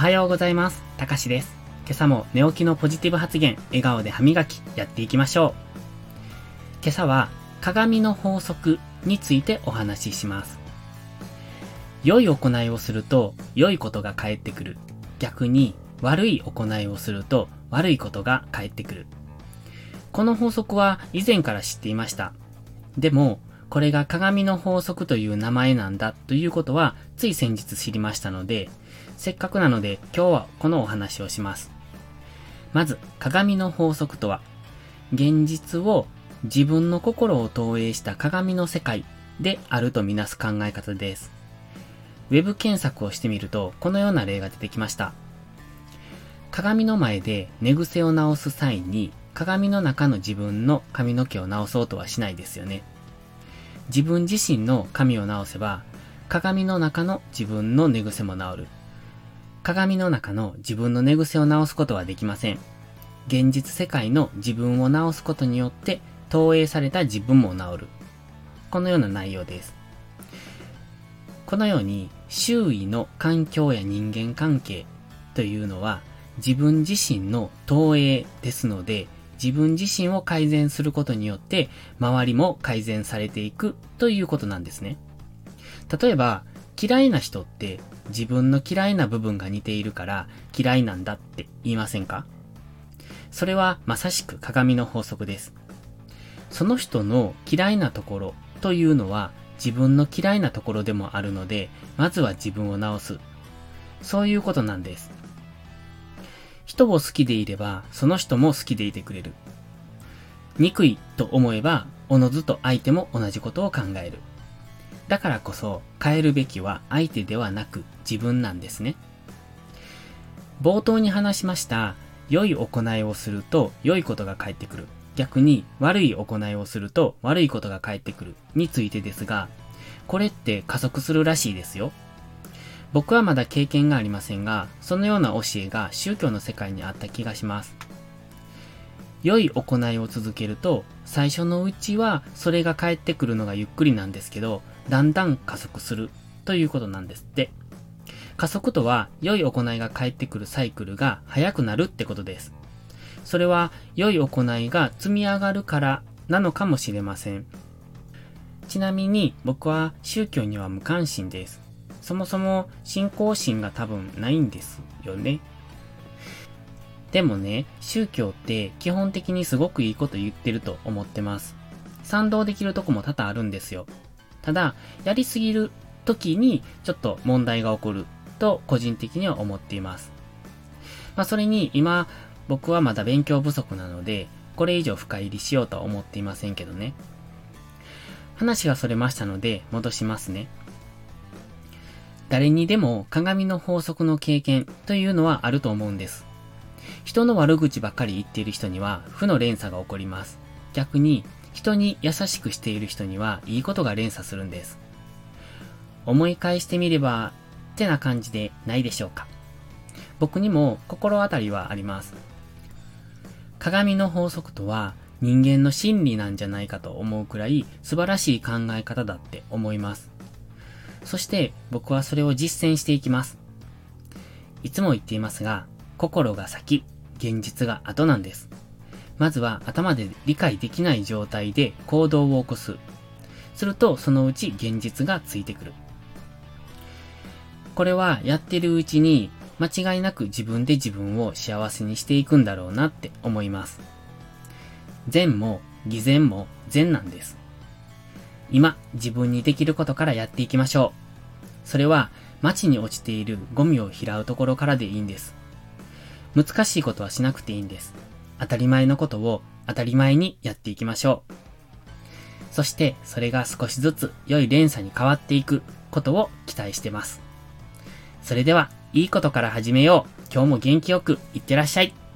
はようございます。たかしです。今朝も寝起きのポジティブ発言、笑顔で歯磨きやっていきましょう。今朝は鏡の法則についてお話しします。良い行いをすると良いことが返ってくる。逆に悪い行いをすると悪いことが返ってくる。この法則は以前から知っていました。でも、これが鏡の法則という名前なんだということはつい先日知りましたので、せっかくなので今日はこのお話をします。まず、鏡の法則とは、現実を自分の心を投影した鏡の世界であるとみなす考え方です。ウェブ検索をしてみるとこのような例が出てきました。鏡の前で寝癖を直す際に鏡の中の自分の髪の毛を直そうとはしないですよね。自分自身の髪を直せば鏡の中の自分の寝癖も直る。鏡の中の自分の寝癖を直すことはできません。現実世界の自分を直すことによって投影された自分も直る。このような内容です。このように周囲の環境や人間関係というのは自分自身の投影ですので、自分自身を改善することによって周りも改善されていくということなんですね。例えば嫌いな人って自分の嫌いな部分が似ているから嫌いなんだって言いませんか？それはまさしく鏡の法則です。その人の嫌いなところというのは自分の嫌いなところでもあるので、まずは自分を直す。そういうことなんです。人を好きでいればその人も好きでいてくれる。憎いと思えばおのずと相手も同じことを考える。だからこそ変えるべきは相手ではなく自分なんですね。冒頭に話しました良い行いをすると良いことが返ってくる。逆に悪い行いをすると悪いことが返ってくるについてですが、これって加速するらしいですよ。僕はまだ経験がありませんが、そのような教えが宗教の世界にあった気がします。良い行いを続けると最初のうちはそれが返ってくるのがゆっくりなんですけど、だんだん加速するということなんですって。加速とは良い行いが返ってくるサイクルが速くなるってことです。それは良い行いが積み上がるからなのかもしれません。ちなみに僕は宗教には無関心です。そもそも信仰心が多分ないんですよね。でもね、宗教って基本的にすごくいいこと言ってると思ってます。賛同できるとこも多々あるんですよ。ただ、やりすぎる時にちょっと問題が起こると個人的には思っています。それに今僕はまだ勉強不足なので、これ以上深入りしようとは思っていませんけどね。話がそれましたので戻しますね。誰にでも鏡の法則の経験というのはあると思うんです。人の悪口ばっかり言っている人には負の連鎖が起こります。逆に人に優しくしている人にはいいことが連鎖するんです。思い返してみればってな感じでないでしょうか。僕にも心当たりはあります。鏡の法則とは人間の心理なんじゃないかと思うくらい素晴らしい考え方だって思います。そして僕はそれを実践していきます。いつも言っていますが、心が先、現実が後なんです。まずは頭で理解できない状態で行動を起こす。するとそのうち現実がついてくる。これはやってるうちに間違いなく自分で自分を幸せにしていくんだろうなって思います。善も偽善も善なんです。今自分にできることからやっていきましょう。それは街に落ちているゴミを拾うところからでいいんです。難しいことはしなくていいんです。当たり前のことを当たり前にやっていきましょう。そしてそれが少しずつ良い連鎖に変わっていくことを期待してます。それでは、いいことから始めよう。今日も元気よくいってらっしゃい。